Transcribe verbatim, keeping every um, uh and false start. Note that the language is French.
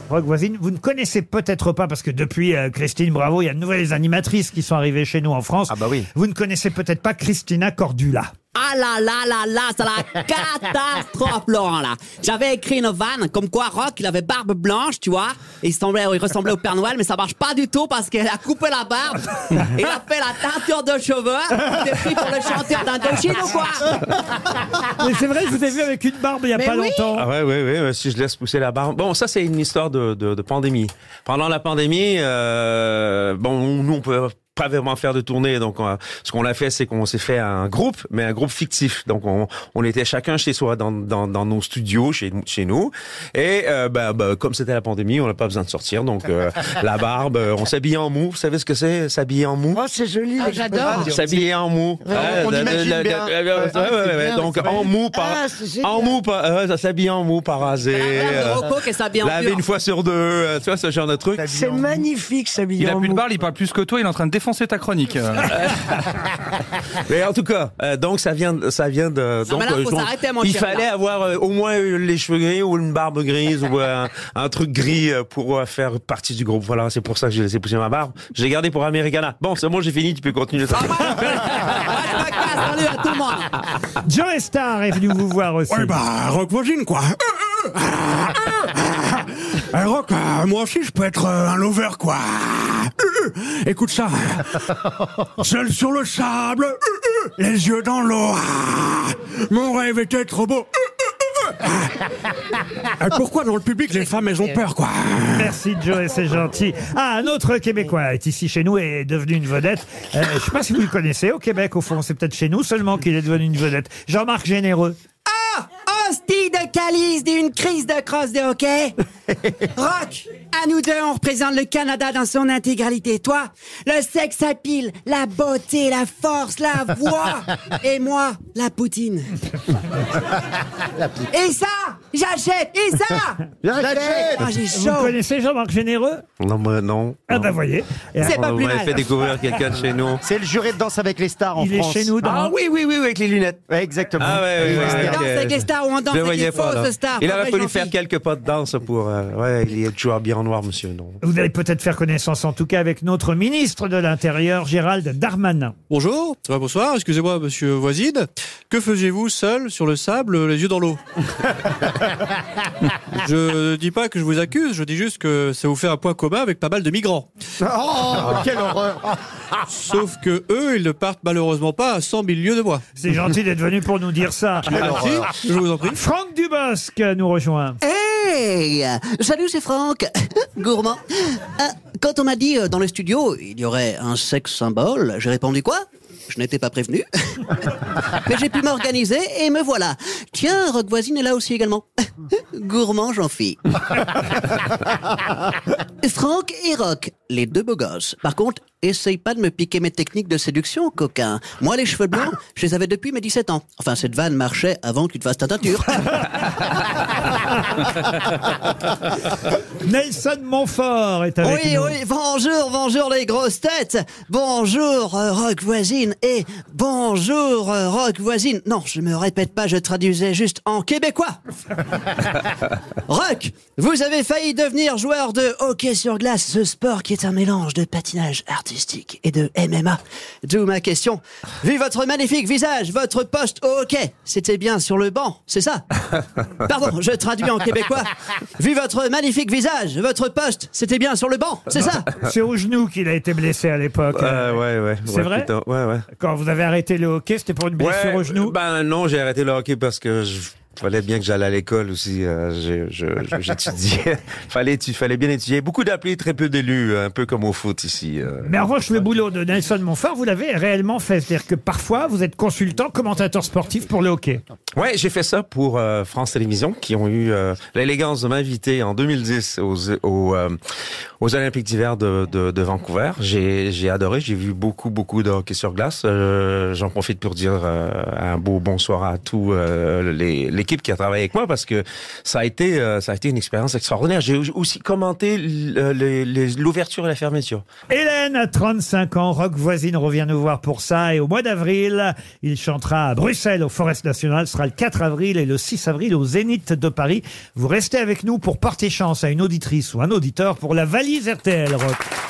Rock Voisine, vous ne connaissez peut-être pas, parce que depuis euh, Christine Bravo, il y a de nouvelles animatrices qui sont arrivées chez nous en France. Ah bah oui. Vous ne connaissez peut-être pas Christina Cordula. Ah là là là là, c'est la catastrophe, Laurent, là. J'avais écrit une vanne, comme quoi Rock, il avait barbe blanche, tu vois, et il, semblait, il ressemblait au Père Noël, mais ça marche pas du tout parce qu'elle a coupé la barbe, il a fait la teinture de cheveux, il est pris pour le chanteur d'Indochine ou quoi? Mais c'est vrai, je vous ai vu avec une barbe il y a Mais pas oui. longtemps. Ah ouais, ouais, ouais, si je laisse pousser la barbe. Bon, ça, c'est une histoire de, de, de pandémie. Pendant la pandémie, euh, bon, nous, on peut pas vraiment faire de tournée, donc on, ce qu'on a fait, c'est qu'on s'est fait un groupe, mais un groupe fictif. Donc on, on était chacun chez soi dans, dans, dans nos studios chez, chez nous, et euh, bah, bah, comme c'était la pandémie, on n'a pas besoin de sortir, donc euh, la barbe, on s'habillait en mou. Vous savez ce que c'est, s'habiller en mou? Oh, c'est joli. Ah, j'adore. S'habiller en mou. Ouais, on imagine bien. Ouais, ouais, ouais, donc en mou par, Ah, c'est génial. en mou par, euh, ça s'habille en mou, pas rasé. Euh, Rocco qui s'habille en Laver pur. une fois sur deux, euh, tu vois, ce genre de truc. C'est magnifique, s'habiller Il a en plus de mou. barbe, il parle plus que toi, il est en train de défoncer ta chronique. Mais en tout cas, euh, donc ça vient, ça vient de. Non, Donc, mais là, euh, faut donc, s'arrêter, mon il chéri, fallait là. avoir euh, au moins euh, les cheveux gris ou une barbe grise ou euh, un, un truc gris euh, pour euh, faire partie du groupe. Voilà, c'est pour ça que j'ai laissé pousser ma barbe. Je l'ai gardé pour Americana. Bon, c'est bon, j'ai fini. Tu peux continuer. Ah, ouais. Ouais, je me casse, salut à tout le monde. Joe Star est venu vous voir aussi. Ouais, bah, Rock Voisine, quoi. Eh, Rock, euh, moi aussi, je peux être euh, un lover, quoi. Euh, euh, Écoute ça. Seul sur le sable, euh, euh, les yeux dans l'eau. Ah, mon rêve était trop beau. Euh, euh, euh. Euh, Pourquoi dans le public, les femmes, elles ont peur, quoi. Merci Joe, c'est gentil. Ah, un autre Québécois est ici chez nous et est devenu une vedette. Euh, je sais pas si vous le connaissez au Québec, au fond, c'est peut-être chez nous seulement qu'il est devenu une vedette. Jean-Marc Généreux. Ah! Hostie de calice d'une crise de crosse de hockey. Rock, à nous deux, on représente le Canada dans son intégralité. Toi, le sex à pile, la beauté, la force, la voix. Et moi, la poutine. Et ça, j'achète. Et ça, J'achète. ah, j'ai Vous chaud. connaissez Jean-Marc Généreux? Non, moi, non. Ah non. bah voyez. Et C'est alors, pas Vous plus m'avez mal. fait découvrir quelqu'un de chez nous. C'est le juré de Danse avec les stars en il France. est chez nous dans... Ah oui, oui, oui, oui, avec les lunettes. Ouais, exactement. Ah ouais, oui, oui, On oui, danse ok. avec les stars ou on danse Je le avec les voyais pas, là. fausses stars. Il Pas aurait vrai, fallu Jean-Philippe. faire quelques pas de danse pour. Euh, ouais, il est toujours bien en noir, monsieur. Non. Vous allez peut-être faire connaissance en tout cas avec notre ministre de l'Intérieur, Gérald Darmanin. Bonjour, enfin, bonsoir, excusez-moi monsieur Voisine. Que faisiez-vous seul sur le sable, les yeux dans l'eau? Je dis pas que je vous accuse, je dis juste que ça vous fait un point commun avec pas mal de migrants. Oh, quelle horreur. Sauf que eux, ils ne partent malheureusement pas à cent mille lieues de moi. C'est gentil d'être venu pour nous dire ça. Ah, si, je vous en prie. Franck Dubosc nous rejoint. Hey, salut, c'est Franck, gourmand. Ah, quand on m'a dit euh, dans le studio, il y aurait un sexe symbole, j'ai répondu quoi? Je n'étais pas prévenu. Mais j'ai pu m'organiser et me voilà. Tiens, Rock Voisine est là aussi également. Gourmand, j'en fis. Franck et Rock, les deux beaux gosses. Par contre, essaye pas de me piquer mes techniques de séduction, coquin. Moi, les cheveux blancs, je les avais depuis mes dix-sept ans. Enfin, cette vanne marchait avant que tu te fasses ta teinture. Nelson Montfort est avec Oui, nous. oui, bonjour, bonjour les grosses têtes. Bonjour, euh, Rock Voisine. Et bonjour, euh, Rock Voisine. Non, je me répète pas, je traduisais juste en québécois. Rock, vous avez failli devenir joueur de hockey sur glace, ce sport qui est un mélange de patinage artistique et de M M A. D'où ma question. Vu votre magnifique visage, votre poste au hockey, c'était bien sur le banc, c'est ça? Pardon, je traduis en québécois. Vu votre magnifique visage, votre poste, c'était bien sur le banc, c'est ça? C'est au genou qu'il a été blessé à l'époque. Euh, ouais, ouais. C'est ouais, vrai plutôt. Ouais, ouais. Quand vous avez arrêté le hockey, c'était pour une blessure Ouais, au genou? Ben non, j'ai arrêté le hockey parce que je fallait bien que j'aille à l'école aussi. Euh, je, je, je- j'étudiais. fallait, tu fallait bien étudier. Beaucoup d'appelés, très peu d'élus, un peu comme au foot ici. Euh. Mais en revanche, le boulot de Nelson Montfort, vous l'avez réellement fait. C'est-à-dire que parfois, vous êtes consultant, commentateur sportif pour le hockey. Ouais, j'ai fait ça pour euh, France Télévisions, qui ont eu euh, l'élégance de m'inviter en deux mille dix aux aux, euh, aux Olympiques d'hiver de, de, de Vancouver. J'ai j'ai adoré. J'ai vu beaucoup beaucoup de hockey sur glace. Euh, j'en profite pour dire euh, un beau bonsoir à tous euh, les l'équipe l'équipe qui a travaillé avec moi parce que ça a été, euh, ça a été une expérience extraordinaire. J'ai aussi commenté le- le- le- l'ouverture et la fermeture. Hélène, à trente-cinq ans, Rock Voisine revient nous voir pour ça. Et au mois d'avril, il chantera à Bruxelles, au Forest National. Ce sera le quatre avril et le six avril au Zénith de Paris. Vous restez avec nous pour porter chance à une auditrice ou un auditeur pour la valise R T L, Rock.